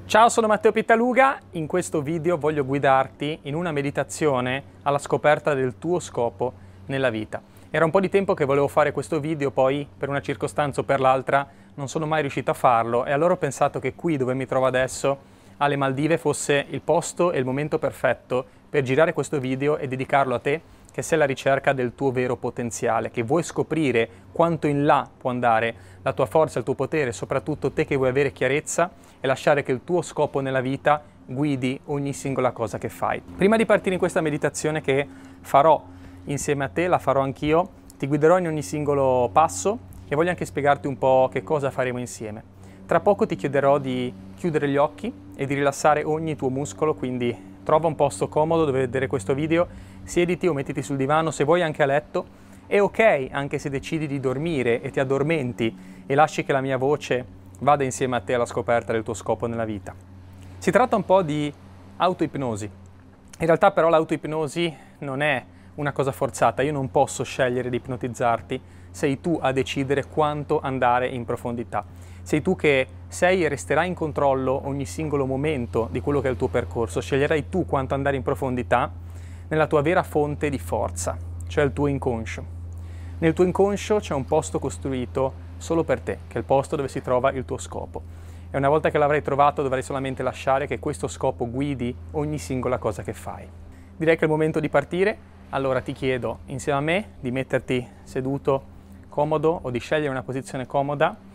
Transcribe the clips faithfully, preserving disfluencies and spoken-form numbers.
Ciao, sono Matteo Pittaluga. In questo video voglio guidarti in una meditazione alla scoperta del tuo scopo nella vita. Era un po' di tempo che volevo fare questo video, poi per una circostanza o per l'altra non sono mai riuscito a farlo e allora ho pensato che qui dove mi trovo adesso, alle Maldive, fosse il posto e il momento perfetto per girare questo video e dedicarlo a te che sei alla ricerca del tuo vero potenziale, che vuoi scoprire quanto in là può andare la tua forza, il tuo potere, soprattutto te che vuoi avere chiarezza e lasciare che il tuo scopo nella vita guidi ogni singola cosa che fai. Prima di partire in questa meditazione che farò insieme a te, la farò anch'io, ti guiderò in ogni singolo passo e voglio anche spiegarti un po' che cosa faremo insieme. Tra poco ti chiederò di chiudere gli occhi e di rilassare ogni tuo muscolo, quindi trova un posto comodo dove vedere questo video, siediti o mettiti sul divano, se vuoi anche a letto. È ok anche se decidi di dormire e ti addormenti e lasci che la mia voce vada insieme a te alla scoperta del tuo scopo nella vita. Si tratta un po' di autoipnosi. In realtà però l'autoipnosi non è una cosa forzata, io non posso scegliere di ipnotizzarti, sei tu a decidere quanto andare in profondità. Sei tu che sei e resterai in controllo ogni singolo momento di quello che è il tuo percorso, sceglierai tu quanto andare in profondità nella tua vera fonte di forza, cioè il tuo inconscio. Nel tuo inconscio c'è un posto costruito solo per te, che è il posto dove si trova il tuo scopo. E una volta che l'avrai trovato dovrai solamente lasciare che questo scopo guidi ogni singola cosa che fai. Direi che è il momento di partire, allora ti chiedo insieme a me di metterti seduto, comodo o di scegliere una posizione comoda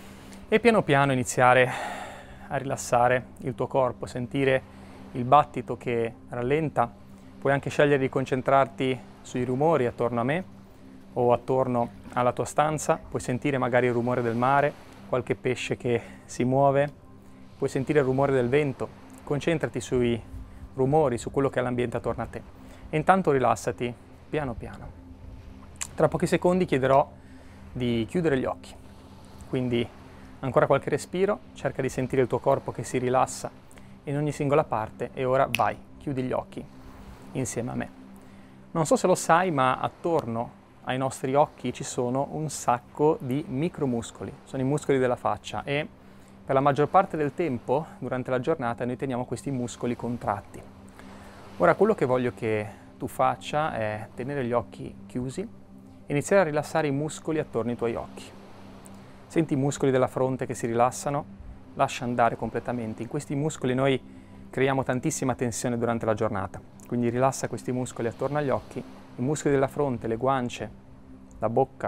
e piano piano iniziare a rilassare il tuo corpo, sentire il battito che rallenta. Puoi anche scegliere di concentrarti sui rumori attorno a me o attorno alla tua stanza, puoi sentire magari il rumore del mare, qualche pesce che si muove, puoi sentire il rumore del vento, concentrati sui rumori, su quello che è l'ambiente attorno a te. E intanto rilassati piano piano. Tra pochi secondi chiederò di chiudere gli occhi, quindi ancora qualche respiro, cerca di sentire il tuo corpo che si rilassa in ogni singola parte e ora vai, chiudi gli occhi insieme a me. Non so se lo sai, ma attorno ai nostri occhi ci sono un sacco di micromuscoli, sono i muscoli della faccia e per la maggior parte del tempo durante la giornata noi teniamo questi muscoli contratti. Ora quello che voglio che tu faccia è tenere gli occhi chiusi e iniziare a rilassare i muscoli attorno ai tuoi occhi. Senti i muscoli della fronte che si rilassano, lascia andare completamente. In questi muscoli noi creiamo tantissima tensione durante la giornata, quindi rilassa questi muscoli attorno agli occhi, i muscoli della fronte, le guance, la bocca,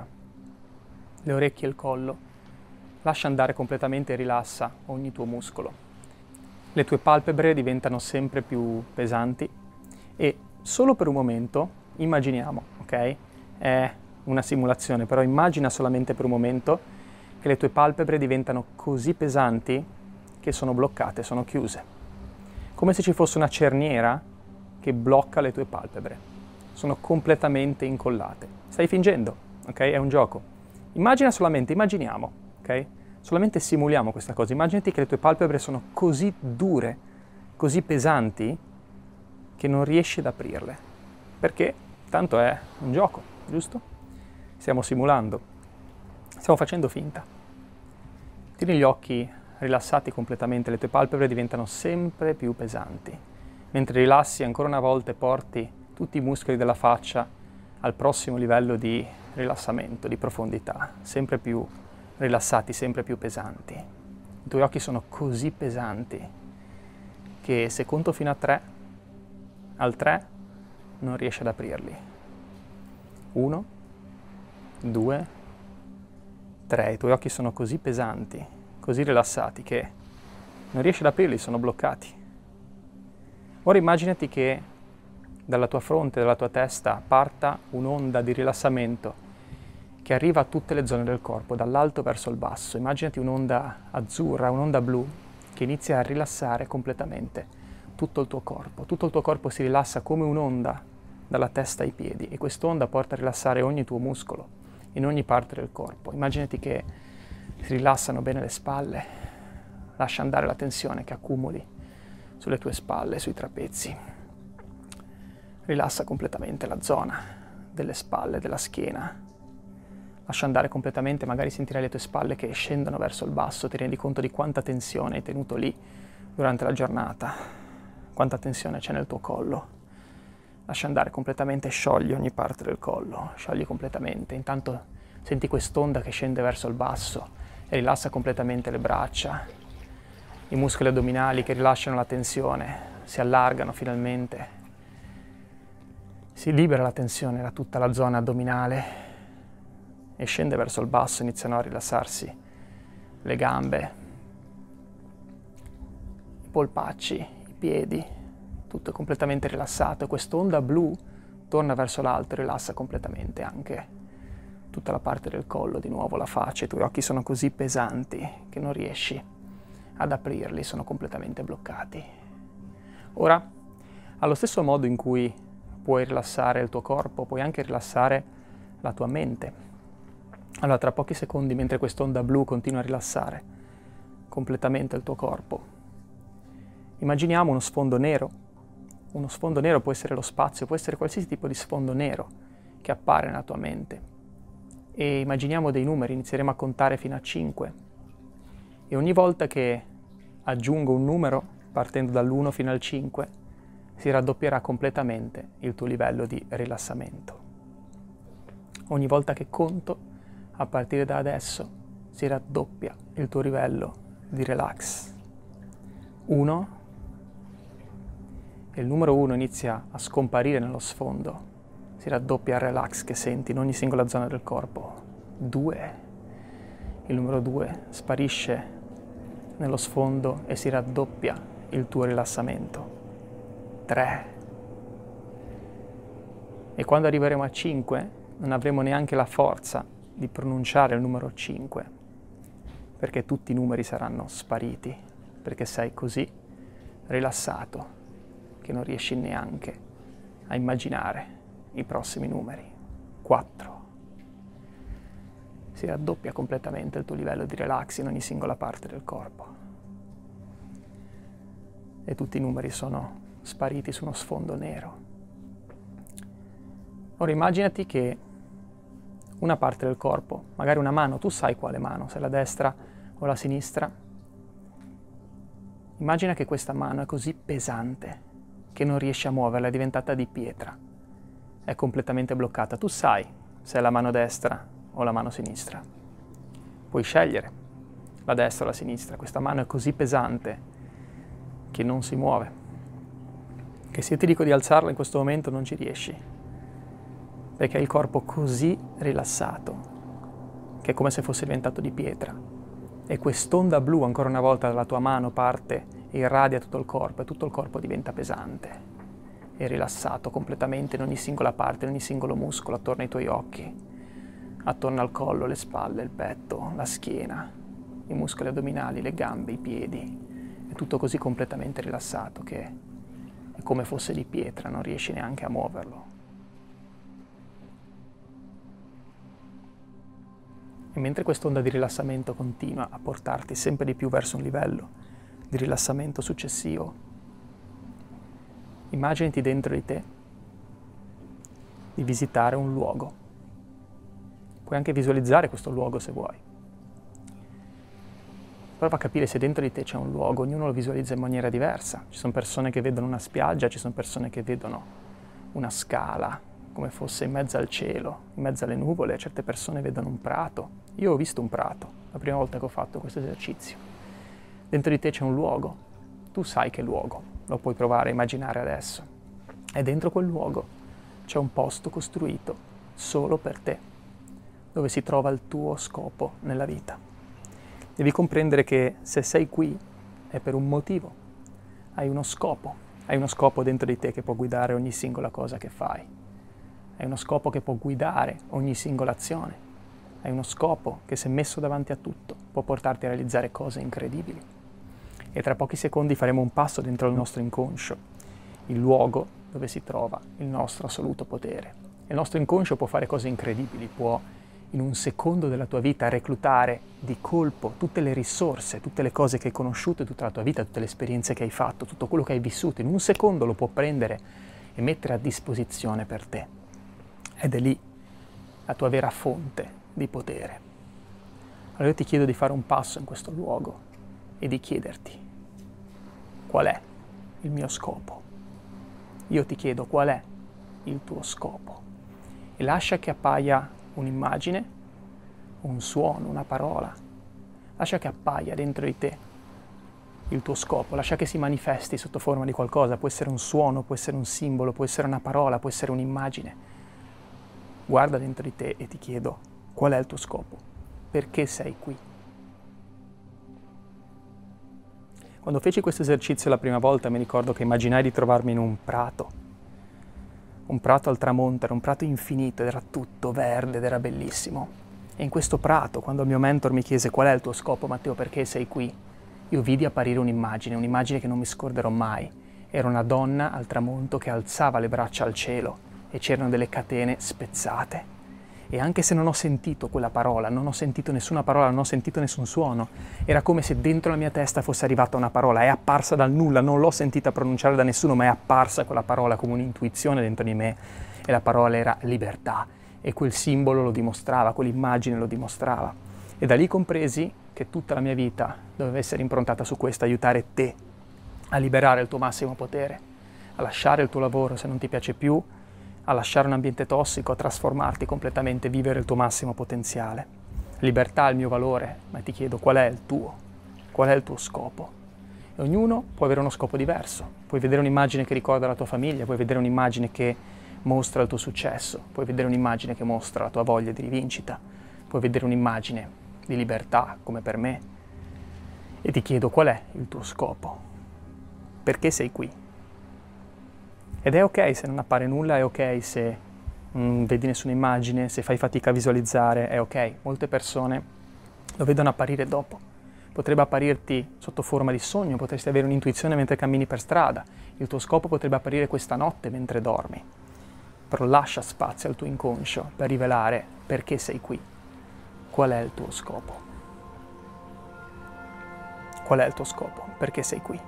le orecchie e il collo. Lascia andare completamente e rilassa ogni tuo muscolo. Le tue palpebre diventano sempre più pesanti e solo per un momento immaginiamo, ok? È una simulazione, però immagina solamente per un momento che le tue palpebre diventano così pesanti che sono bloccate, sono chiuse. Come se ci fosse una cerniera che blocca le tue palpebre. Sono completamente incollate. Stai fingendo, ok? È un gioco. Immagina solamente, immaginiamo, ok? Solamente simuliamo questa cosa. Immaginati che le tue palpebre sono così dure, così pesanti, che non riesci ad aprirle. Perché tanto è un gioco, giusto? Stiamo simulando. Stiamo facendo finta. Tieni gli occhi rilassati completamente, le tue palpebre diventano sempre più pesanti. Mentre rilassi ancora una volta e porti tutti i muscoli della faccia al prossimo livello di rilassamento, di profondità, sempre più rilassati, sempre più pesanti. I tuoi occhi sono così pesanti che se conto fino a tre, al tre non riesci ad aprirli. Uno, due, tre. I tuoi occhi sono così pesanti, così rilassati che non riesci ad aprirli, sono bloccati. Ora immaginati che dalla tua fronte, dalla tua testa, parta un'onda di rilassamento che arriva a tutte le zone del corpo, dall'alto verso il basso. Immaginati un'onda azzurra, un'onda blu, che inizia a rilassare completamente tutto il tuo corpo. Tutto il tuo corpo si rilassa come un'onda dalla testa ai piedi e quest'onda porta a rilassare ogni tuo muscolo, in ogni parte del corpo. Immaginati che si rilassano bene le spalle, lascia andare la tensione che accumuli sulle tue spalle, sui trapezi. Rilassa completamente la zona delle spalle, della schiena. Lascia andare completamente, magari sentirai le tue spalle che scendono verso il basso, ti rendi conto di quanta tensione hai tenuto lì durante la giornata, quanta tensione c'è nel tuo collo. Lascia andare completamente, sciogli ogni parte del collo, sciogli completamente. Intanto senti quest'onda che scende verso il basso e rilassa completamente le braccia, i muscoli addominali che rilasciano la tensione, si allargano finalmente. Si libera la tensione da tutta la zona addominale e scende verso il basso, iniziano a rilassarsi le gambe, i polpacci, i piedi, tutto è completamente rilassato e quest'onda blu torna verso l'alto e rilassa completamente anche tutta la parte del collo, di nuovo la faccia. I tuoi occhi sono così pesanti che non riesci ad aprirli, sono completamente bloccati. Ora, allo stesso modo in cui puoi rilassare il tuo corpo, puoi anche rilassare la tua mente. Allora, tra pochi secondi, mentre quest'onda blu continua a rilassare completamente il tuo corpo, immaginiamo uno sfondo nero. Uno sfondo nero può essere lo spazio, può essere qualsiasi tipo di sfondo nero che appare nella tua mente. E immaginiamo dei numeri, inizieremo a contare fino a cinque. E ogni volta che aggiungo un numero, partendo dall'uno fino al cinque, si raddoppierà completamente il tuo livello di rilassamento. Ogni volta che conto, a partire da adesso, si raddoppia il tuo livello di relax. uno. E il numero uno inizia a scomparire nello sfondo. Si raddoppia il relax che senti in ogni singola zona del corpo. due. Il numero due sparisce nello sfondo e si raddoppia il tuo rilassamento. tre. E quando arriveremo a cinque non avremo neanche la forza di pronunciare il numero cinque, perché tutti i numeri saranno spariti, perché sei così rilassato che non riesci neanche a immaginare i prossimi numeri. quattro. Si raddoppia completamente il tuo livello di relax in ogni singola parte del corpo. E tutti i numeri sono spariti su uno sfondo nero. Ora immaginati che una parte del corpo, magari una mano, tu sai quale mano, se la destra o la sinistra, immagina che questa mano è così pesante che non riesci a muoverla, è diventata di pietra, è completamente bloccata. Tu sai se è la mano destra o la mano sinistra. Puoi scegliere la destra o la sinistra. Questa mano è così pesante che non si muove, che se io ti dico di alzarla in questo momento non ci riesci, perché hai il corpo così rilassato che è come se fosse diventato di pietra. E quest'onda blu ancora una volta dalla tua mano parte e irradia tutto il corpo e tutto il corpo diventa pesante e rilassato completamente in ogni singola parte, in ogni singolo muscolo attorno ai tuoi occhi, attorno al collo, le spalle, il petto, la schiena, i muscoli addominali, le gambe, i piedi. È tutto così completamente rilassato che è come fosse di pietra, non riesci neanche a muoverlo. E mentre quest'onda di rilassamento continua a portarti sempre di più verso un livello di rilassamento successivo, immaginati dentro di te di visitare un luogo. Puoi anche visualizzare questo luogo se vuoi. Prova a capire se dentro di te c'è un luogo, ognuno lo visualizza in maniera diversa. Ci sono persone che vedono una spiaggia, ci sono persone che vedono una scala, come fosse in mezzo al cielo, in mezzo alle nuvole, certe persone vedono un prato. Io ho visto un prato, la prima volta che ho fatto questo esercizio. Dentro di te c'è un luogo, tu sai che luogo, lo puoi provare a immaginare adesso. E dentro quel luogo c'è un posto costruito solo per te, dove si trova il tuo scopo nella vita. Devi comprendere che se sei qui è per un motivo, hai uno scopo, hai uno scopo dentro di te che può guidare ogni singola cosa che fai, hai uno scopo che può guidare ogni singola azione, hai uno scopo che se messo davanti a tutto può portarti a realizzare cose incredibili. E tra pochi secondi faremo un passo dentro il nostro inconscio, il luogo dove si trova il nostro assoluto potere. Il nostro inconscio può fare cose incredibili, può in un secondo della tua vita reclutare di colpo tutte le risorse, tutte le cose che hai conosciuto tutta la tua vita, tutte le esperienze che hai fatto, tutto quello che hai vissuto, in un secondo lo può prendere e mettere a disposizione per te. Ed è lì la tua vera fonte di potere. Allora io ti chiedo di fare un passo in questo luogo e di chiederti: qual è il mio scopo? Io ti chiedo qual è il tuo scopo e lascia che appaia un'immagine, un suono, una parola. Lascia che appaia dentro di te il tuo scopo, lascia che si manifesti sotto forma di qualcosa. Può essere un suono, può essere un simbolo, può essere una parola, può essere un'immagine. Guarda dentro di te e ti chiedo qual è il tuo scopo, perché sei qui. Quando feci questo esercizio la prima volta mi ricordo che immaginai di trovarmi in un prato, un prato al tramonto, era un prato infinito, era tutto verde ed era bellissimo. E in questo prato, quando il mio mentor mi chiese qual è il tuo scopo, Matteo, perché sei qui, io vidi apparire un'immagine, un'immagine che non mi scorderò mai. Era una donna al tramonto che alzava le braccia al cielo e c'erano delle catene spezzate. E anche se non ho sentito quella parola, non ho sentito nessuna parola, non ho sentito nessun suono, era come se dentro la mia testa fosse arrivata una parola, è apparsa dal nulla, non l'ho sentita pronunciare da nessuno, ma è apparsa quella parola come un'intuizione dentro di me e la parola era libertà e quel simbolo lo dimostrava, quell'immagine lo dimostrava. E da lì compresi che tutta la mia vita doveva essere improntata su questo, aiutare te a liberare il tuo massimo potere, a lasciare il tuo lavoro se non ti piace più, a lasciare un ambiente tossico, a trasformarti completamente, vivere il tuo massimo potenziale. Libertà è il mio valore, ma ti chiedo qual è il tuo, qual è il tuo scopo. E ognuno può avere uno scopo diverso. Puoi vedere un'immagine che ricorda la tua famiglia, puoi vedere un'immagine che mostra il tuo successo, puoi vedere un'immagine che mostra la tua voglia di rivincita, puoi vedere un'immagine di libertà, come per me. E ti chiedo qual è il tuo scopo, perché sei qui. Ed è ok se non appare nulla, è ok se non vedi nessuna immagine, se fai fatica a visualizzare, è ok. Molte persone lo vedono apparire dopo. Potrebbe apparirti sotto forma di sogno, potresti avere un'intuizione mentre cammini per strada. Il tuo scopo potrebbe apparire questa notte mentre dormi. Però lascia spazio al tuo inconscio per rivelare perché sei qui. Qual è il tuo scopo? Qual è il tuo scopo? Perché sei qui?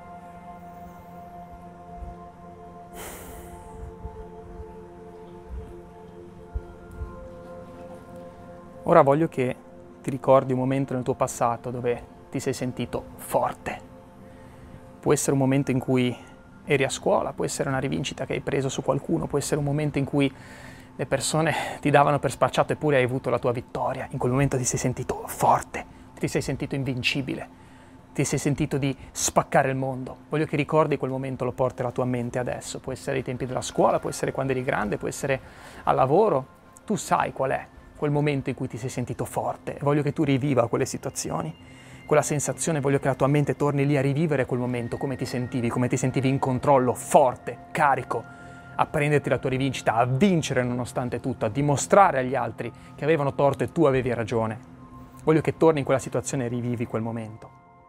Ora voglio che ti ricordi un momento nel tuo passato dove ti sei sentito forte. Può essere un momento in cui eri a scuola, può essere una rivincita che hai preso su qualcuno, può essere un momento in cui le persone ti davano per spacciato eppure hai avuto la tua vittoria. In quel momento ti sei sentito forte, ti sei sentito invincibile, ti sei sentito di spaccare il mondo. Voglio che ricordi quel momento, lo porti alla tua mente adesso. Può essere ai tempi della scuola, può essere quando eri grande, può essere al lavoro. Tu sai qual è quel momento in cui ti sei sentito forte. Voglio che tu riviva quelle situazioni, quella sensazione, voglio che la tua mente torni lì a rivivere quel momento, come ti sentivi, come ti sentivi in controllo, forte, carico, a prenderti la tua rivincita, a vincere nonostante tutto, a dimostrare agli altri che avevano torto e tu avevi ragione. Voglio che torni in quella situazione e rivivi quel momento.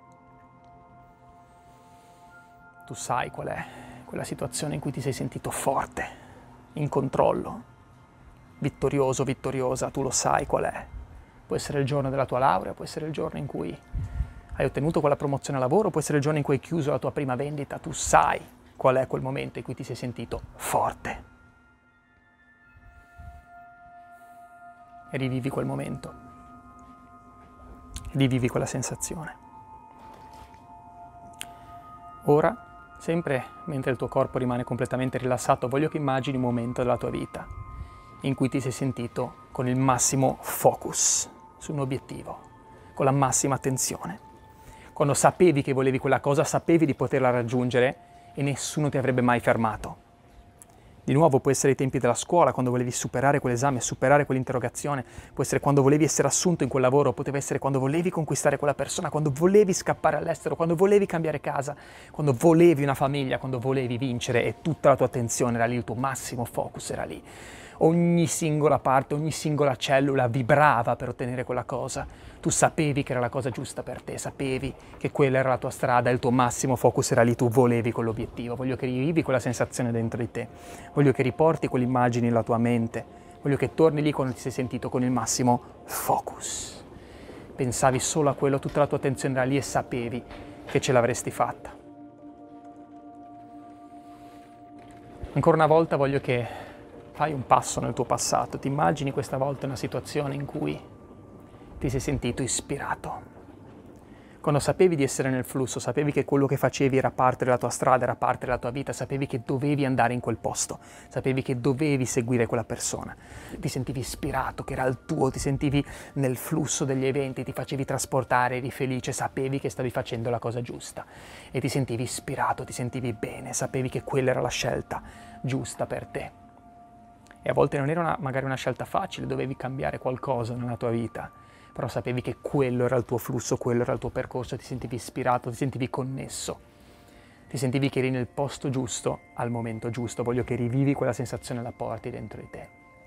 Tu sai qual è quella situazione in cui ti sei sentito forte, in controllo, vittorioso, vittoriosa, tu lo sai qual è. Può essere il giorno della tua laurea, può essere il giorno in cui hai ottenuto quella promozione al lavoro, può essere il giorno in cui hai chiuso la tua prima vendita, tu sai qual è quel momento in cui ti sei sentito forte. E rivivi quel momento, rivivi quella sensazione. Ora, sempre mentre il tuo corpo rimane completamente rilassato, voglio che immagini un momento della tua vita in cui ti sei sentito con il massimo focus su un obiettivo, con la massima attenzione. Quando sapevi che volevi quella cosa, sapevi di poterla raggiungere e nessuno ti avrebbe mai fermato. Di nuovo può essere ai tempi della scuola, quando volevi superare quell'esame, superare quell'interrogazione, può essere quando volevi essere assunto in quel lavoro, poteva essere quando volevi conquistare quella persona, quando volevi scappare all'estero, quando volevi cambiare casa, quando volevi una famiglia, quando volevi vincere e tutta la tua attenzione era lì, il tuo massimo focus era lì. Ogni singola parte, ogni singola cellula vibrava per ottenere quella cosa. Tu sapevi che era la cosa giusta per te, sapevi che quella era la tua strada, il tuo massimo focus era lì, tu volevi quell'obiettivo. Voglio che rivivi quella sensazione dentro di te, voglio che riporti quell'immagine nella tua mente, voglio che torni lì quando ti sei sentito con il massimo focus. Pensavi solo a quello, tutta la tua attenzione era lì e sapevi che ce l'avresti fatta. Ancora una volta voglio che fai un passo nel tuo passato, ti immagini questa volta una situazione in cui ti sei sentito ispirato, Quando sapevi di essere nel flusso, sapevi che quello che facevi era parte della tua strada, era parte della tua vita, sapevi che dovevi andare in quel posto, sapevi che dovevi seguire quella persona, ti sentivi ispirato, che era il tuo, ti sentivi nel flusso degli eventi, ti facevi trasportare, eri felice, sapevi che stavi facendo la cosa giusta e ti sentivi ispirato, ti sentivi bene, sapevi che quella era la scelta giusta per te. E a volte non era una, magari una scelta facile, dovevi cambiare qualcosa nella tua vita, però sapevi che quello era il tuo flusso, quello era il tuo percorso, ti sentivi ispirato, ti sentivi connesso, ti sentivi che eri nel posto giusto, al momento giusto. Voglio che rivivi quella sensazione e la porti dentro di te.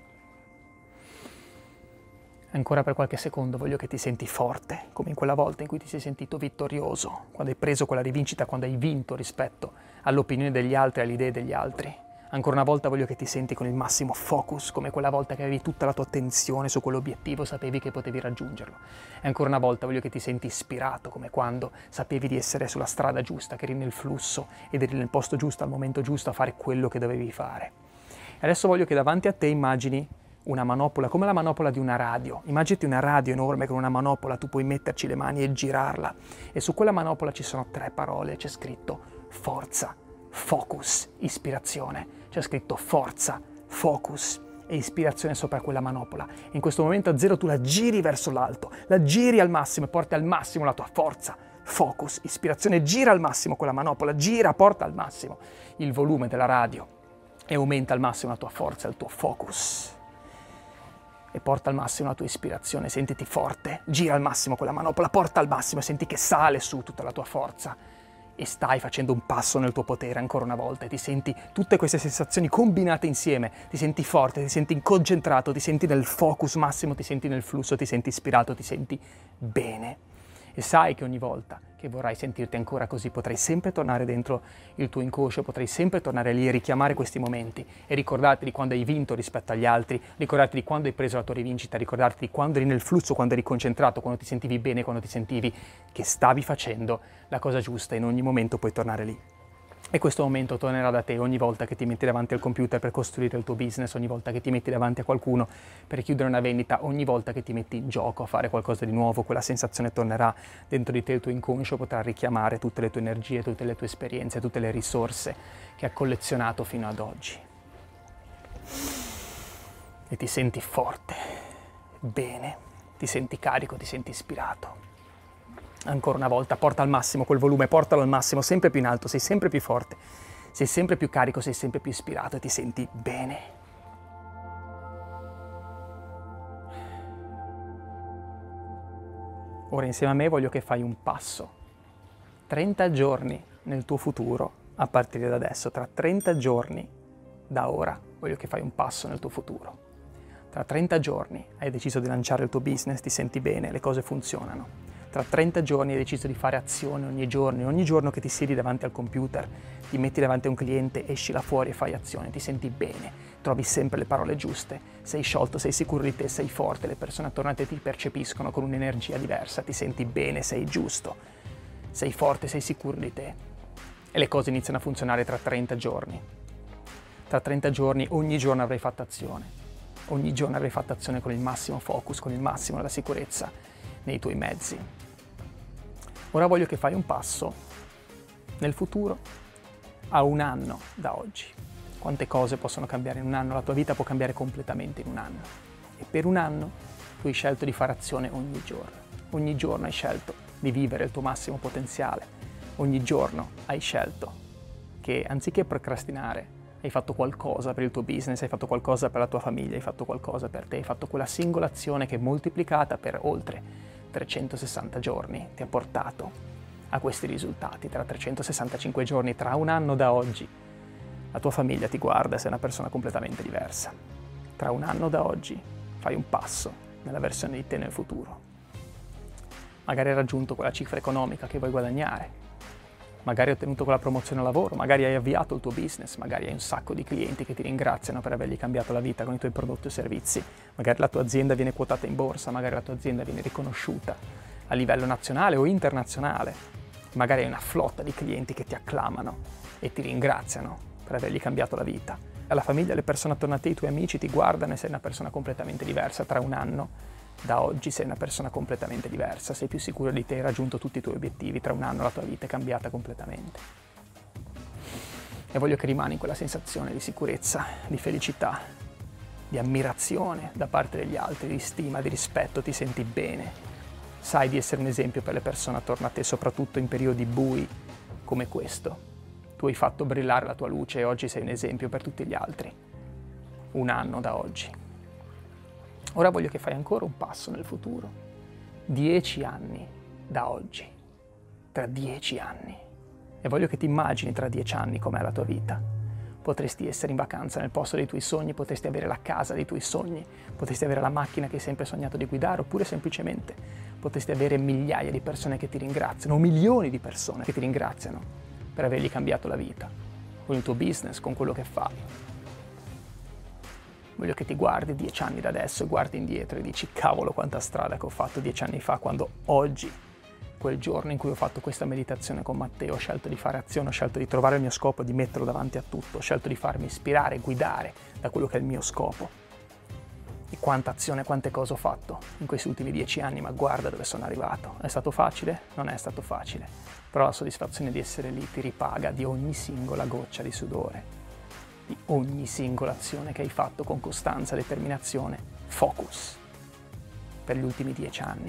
Ancora per qualche secondo voglio che ti senti forte, come in quella volta in cui ti sei sentito vittorioso, quando hai preso quella rivincita, quando hai vinto rispetto all'opinione degli altri, alle idee degli altri. Ancora una volta voglio che ti senti con il massimo focus, come quella volta che avevi tutta la tua attenzione su quell'obiettivo, sapevi che potevi raggiungerlo. E ancora una volta voglio che ti senti ispirato, come quando sapevi di essere sulla strada giusta, che eri nel flusso ed eri nel posto giusto, al momento giusto, a fare quello che dovevi fare. E adesso voglio che davanti a te immagini una manopola, come la manopola di una radio. Immaginati una radio enorme con una manopola, tu puoi metterci le mani e girarla. E su quella manopola ci sono tre parole, c'è scritto forza, focus, ispirazione. C'è scritto forza, focus e ispirazione sopra quella manopola. In questo momento a zero tu la giri verso l'alto, la giri al massimo e porti al massimo la tua forza, focus, ispirazione. Gira al massimo quella manopola, gira, porta al massimo il volume della radio e aumenta al massimo la tua forza, il tuo focus. E porta al massimo la tua ispirazione, sentiti forte, gira al massimo quella manopola, porta al massimo e senti che sale su tutta la tua forza. E stai facendo un passo nel tuo potere ancora una volta e ti senti tutte queste sensazioni combinate insieme, ti senti forte, ti senti concentrato, ti senti nel focus massimo, ti senti nel flusso, ti senti ispirato, ti senti bene. E sai che ogni volta che vorrai sentirti ancora così potrai sempre tornare dentro il tuo inconscio, potrai sempre tornare lì e richiamare questi momenti e ricordarti di quando hai vinto rispetto agli altri, ricordarti di quando hai preso la tua rivincita, ricordarti di quando eri nel flusso, quando eri concentrato, quando ti sentivi bene, quando ti sentivi che stavi facendo la cosa giusta e in ogni momento puoi tornare lì. E questo momento tornerà da te ogni volta che ti metti davanti al computer per costruire il tuo business, ogni volta che ti metti davanti a qualcuno per chiudere una vendita, ogni volta che ti metti in gioco a fare qualcosa di nuovo, quella sensazione tornerà dentro di te, il tuo inconscio potrà richiamare tutte le tue energie, tutte le tue esperienze, tutte le risorse che hai collezionato fino ad oggi. E ti senti forte, bene, ti senti carico, ti senti ispirato. Ancora una volta, porta al massimo quel volume, portalo al massimo, sempre più in alto, sei sempre più forte, sei sempre più carico, sei sempre più ispirato e ti senti bene. Ora insieme a me voglio che fai un passo, trenta giorni nel tuo futuro a partire da adesso, tra trenta giorni da ora voglio che fai un passo nel tuo futuro. Tra trenta giorni hai deciso di lanciare il tuo business, ti senti bene, le cose funzionano. Tra trenta giorni hai deciso di fare azione ogni giorno, ogni giorno che ti siedi davanti al computer, ti metti davanti a un cliente, esci là fuori e fai azione, ti senti bene, trovi sempre le parole giuste, sei sciolto, sei sicuro di te, sei forte, le persone attorno a te ti percepiscono con un'energia diversa, ti senti bene, sei giusto, sei forte, sei sicuro di te e le cose iniziano a funzionare tra trenta giorni. Tra trenta giorni ogni giorno avrai fatto azione, ogni giorno avrai fatto azione con il massimo focus, con il massimo della sicurezza nei tuoi mezzi. Ora voglio che fai un passo nel futuro a un anno da oggi. Quante cose possono cambiare in un anno? La tua vita può cambiare completamente in un anno. E per un anno tu hai scelto di fare azione ogni giorno. Ogni giorno hai scelto di vivere il tuo massimo potenziale. Ogni giorno hai scelto che anziché procrastinare hai fatto qualcosa per il tuo business, hai fatto qualcosa per la tua famiglia, hai fatto qualcosa per te, hai fatto quella singola azione che moltiplicata per oltre trecentosessanta giorni ti ha portato a questi risultati. Tra trecentosessantacinque giorni, tra un anno da oggi, la tua famiglia ti guarda e sei una persona completamente diversa. Tra un anno da oggi fai un passo nella versione di te nel futuro. Magari hai raggiunto quella cifra economica che vuoi guadagnare, magari hai ottenuto quella promozione al lavoro, magari hai avviato il tuo business, magari hai un sacco di clienti che ti ringraziano per avergli cambiato la vita con i tuoi prodotti o servizi, magari la tua azienda viene quotata in borsa, magari la tua azienda viene riconosciuta a livello nazionale o internazionale, magari hai una flotta di clienti che ti acclamano e ti ringraziano per avergli cambiato la vita. La famiglia, le persone attorno a te, i tuoi amici ti guardano e sei una persona completamente diversa. Tra un anno Da oggi sei una persona completamente diversa, sei più sicuro di te, hai raggiunto tutti i tuoi obiettivi, tra un anno la tua vita è cambiata completamente. E voglio che rimani in quella sensazione di sicurezza, di felicità, di ammirazione da parte degli altri, di stima, di rispetto, ti senti bene. Sai di essere un esempio per le persone attorno a te, soprattutto in periodi bui come questo. Tu hai fatto brillare la tua luce e oggi sei un esempio per tutti gli altri. Un anno da oggi. Ora voglio che fai ancora un passo nel futuro. Dieci anni da oggi. Tra dieci anni. E voglio che ti immagini tra dieci anni com'è la tua vita. Potresti essere in vacanza nel posto dei tuoi sogni, potresti avere la casa dei tuoi sogni, potresti avere la macchina che hai sempre sognato di guidare, oppure semplicemente potresti avere migliaia di persone che ti ringraziano, o milioni di persone che ti ringraziano per avergli cambiato la vita, con il tuo business, con quello che fai. Voglio che ti guardi dieci anni da adesso e guardi indietro e dici cavolo quanta strada che ho fatto dieci anni fa, quando oggi, quel giorno in cui ho fatto questa meditazione con Matteo, ho scelto di fare azione, ho scelto di trovare il mio scopo, di metterlo davanti a tutto, ho scelto di farmi ispirare, guidare da quello che è il mio scopo. E quanta azione, quante cose ho fatto in questi ultimi dieci anni, ma guarda dove sono arrivato. È stato facile? Non è stato facile, però la soddisfazione di essere lì ti ripaga di ogni singola goccia di sudore, di ogni singola azione che hai fatto con costanza, determinazione, focus, per gli ultimi dieci anni.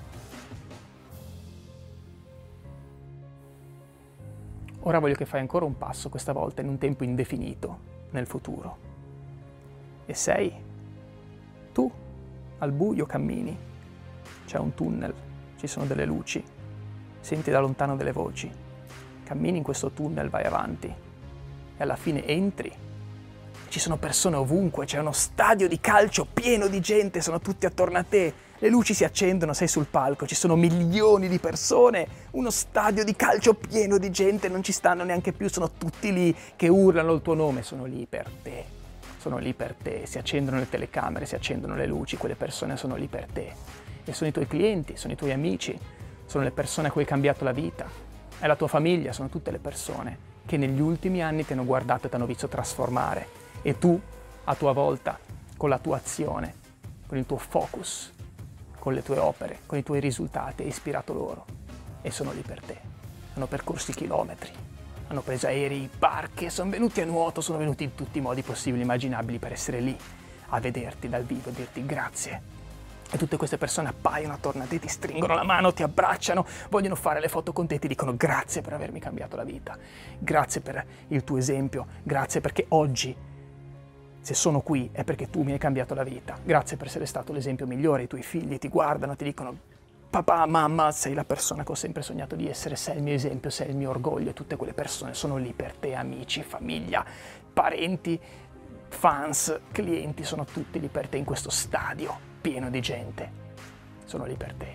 Ora voglio che fai ancora un passo, questa volta in un tempo indefinito, nel futuro. E sei tu, al buio cammini, c'è un tunnel, ci sono delle luci, senti da lontano delle voci, cammini in questo tunnel, vai avanti e alla fine entri. Ci sono persone ovunque, c'è uno stadio di calcio pieno di gente, sono tutti attorno a te, le luci si accendono, sei sul palco, ci sono milioni di persone, uno stadio di calcio pieno di gente, non ci stanno neanche più, sono tutti lì che urlano il tuo nome, sono lì per te, sono lì per te, si accendono le telecamere, si accendono le luci, quelle persone sono lì per te. E sono i tuoi clienti, sono i tuoi amici, sono le persone a cui hai cambiato la vita, è la tua famiglia, sono tutte le persone che negli ultimi anni ti hanno guardato e ti hanno visto trasformare. E tu, a tua volta, con la tua azione, con il tuo focus, con le tue opere, con i tuoi risultati, hai ispirato loro. E sono lì per te. Hanno percorso chilometri, hanno preso aerei, barche, sono venuti a nuoto, sono venuti in tutti i modi possibili e immaginabili per essere lì, a vederti dal vivo e dirti grazie. E tutte queste persone appaiono attorno a te, ti stringono la mano, ti abbracciano, vogliono fare le foto con te e ti dicono grazie per avermi cambiato la vita, grazie per il tuo esempio, grazie perché oggi, se sono qui è perché tu mi hai cambiato la vita. Grazie per essere stato l'esempio migliore. I tuoi figli ti guardano, ti dicono papà, mamma, sei la persona che ho sempre sognato di essere, sei il mio esempio, sei il mio orgoglio. E tutte quelle persone sono lì per te, amici, famiglia, parenti, fans, clienti, sono tutti lì per te in questo stadio pieno di gente. Sono lì per te.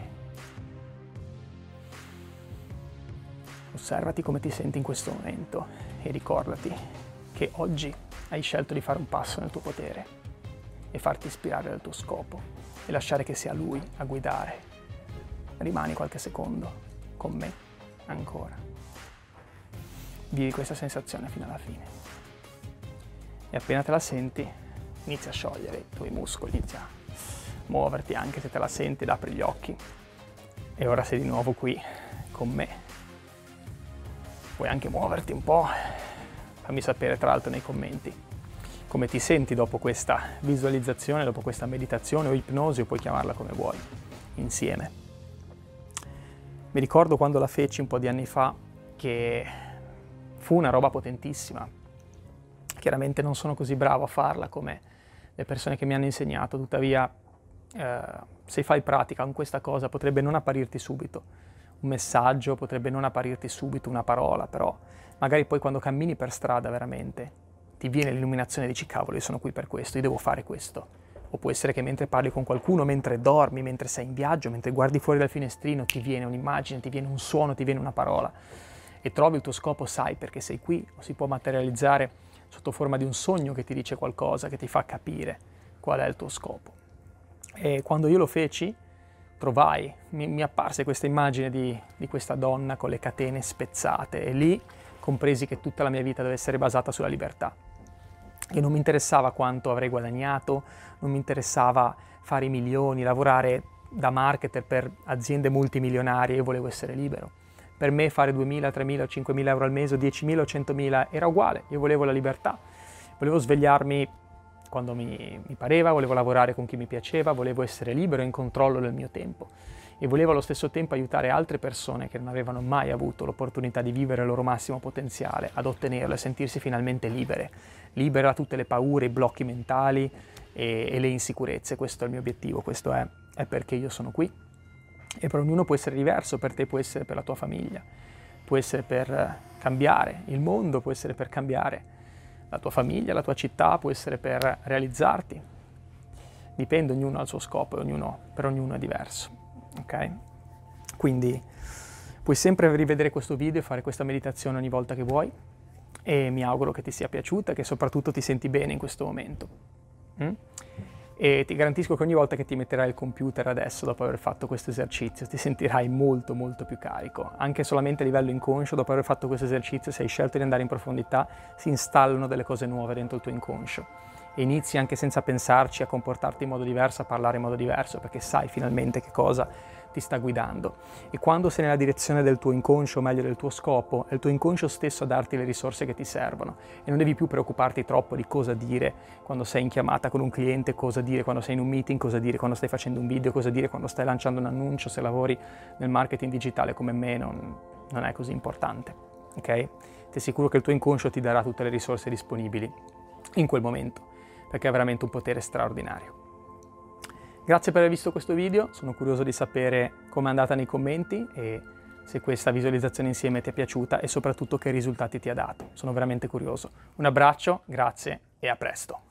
Osservati come ti senti in questo momento e ricordati che oggi hai scelto di fare un passo nel tuo potere e farti ispirare dal tuo scopo e lasciare che sia lui a guidare. Rimani qualche secondo con me ancora. Vivi questa sensazione fino alla fine. E appena te la senti, inizia a sciogliere i tuoi muscoli, inizia a muoverti anche se te la senti ed apri gli occhi. E ora sei di nuovo qui con me. Puoi anche muoverti un po'. Fammi sapere tra l'altro nei commenti come ti senti dopo questa visualizzazione, dopo questa meditazione o ipnosi, o puoi chiamarla come vuoi, insieme. Mi ricordo quando la feci un po' di anni fa, che fu una roba potentissima. Chiaramente non sono così bravo a farla come le persone che mi hanno insegnato, tuttavia eh, se fai pratica con questa cosa potrebbe non apparirti subito un messaggio, potrebbe non apparirti subito una parola, però magari poi quando cammini per strada veramente ti viene l'illuminazione e dici cavolo, io sono qui per questo, io devo fare questo. O può essere che mentre parli con qualcuno, mentre dormi, mentre sei in viaggio, mentre guardi fuori dal finestrino, ti viene un'immagine, ti viene un suono, ti viene una parola e trovi il tuo scopo, sai perché sei qui, o si può materializzare sotto forma di un sogno che ti dice qualcosa, che ti fa capire qual è il tuo scopo. E quando io lo feci, trovai, mi, mi apparse questa immagine di, di questa donna con le catene spezzate e lì compresi che tutta la mia vita deve essere basata sulla libertà. E non mi interessava quanto avrei guadagnato, non mi interessava fare i milioni, lavorare da marketer per aziende multimilionarie, io volevo essere libero. Per me fare duemila, tremila, cinquemila euro al mese, diecimila o centomila era uguale, io volevo la libertà. Volevo svegliarmi quando mi, mi pareva, volevo lavorare con chi mi piaceva, volevo essere libero e in controllo del mio tempo. E volevo allo stesso tempo aiutare altre persone che non avevano mai avuto l'opportunità di vivere il loro massimo potenziale, ad ottenerlo e sentirsi finalmente libere. Libere da tutte le paure, i blocchi mentali e, e le insicurezze. Questo è il mio obiettivo, questo è, è perché io sono qui. E per ognuno può essere diverso, per te può essere per la tua famiglia, può essere per cambiare il mondo, può essere per cambiare la tua famiglia, la tua città, può essere per realizzarti. Dipende, ognuno ha il suo scopo e ognuno, per ognuno è diverso. Ok? Quindi puoi sempre rivedere questo video e fare questa meditazione ogni volta che vuoi e mi auguro che ti sia piaciuta e che soprattutto ti senti bene in questo momento. Mm? E ti garantisco che ogni volta che ti metterai il computer adesso, dopo aver fatto questo esercizio, ti sentirai molto molto più carico. Anche solamente a livello inconscio, dopo aver fatto questo esercizio, se hai scelto di andare in profondità, si installano delle cose nuove dentro il tuo inconscio. E inizi anche senza pensarci a comportarti in modo diverso, a parlare in modo diverso, perché sai finalmente che cosa ti sta guidando. E quando sei nella direzione del tuo inconscio, o meglio del tuo scopo, è il tuo inconscio stesso a darti le risorse che ti servono. E non devi più preoccuparti troppo di cosa dire quando sei in chiamata con un cliente, cosa dire quando sei in un meeting, cosa dire quando stai facendo un video, cosa dire quando stai lanciando un annuncio, se lavori nel marketing digitale come me non, non è così importante. Ok? Ti assicuro che il tuo inconscio ti darà tutte le risorse disponibili in quel momento, perché ha veramente un potere straordinario. Grazie per aver visto questo video, sono curioso di sapere com'è andata nei commenti e se questa visualizzazione insieme ti è piaciuta e soprattutto che risultati ti ha dato. Sono veramente curioso. Un abbraccio, grazie e a presto.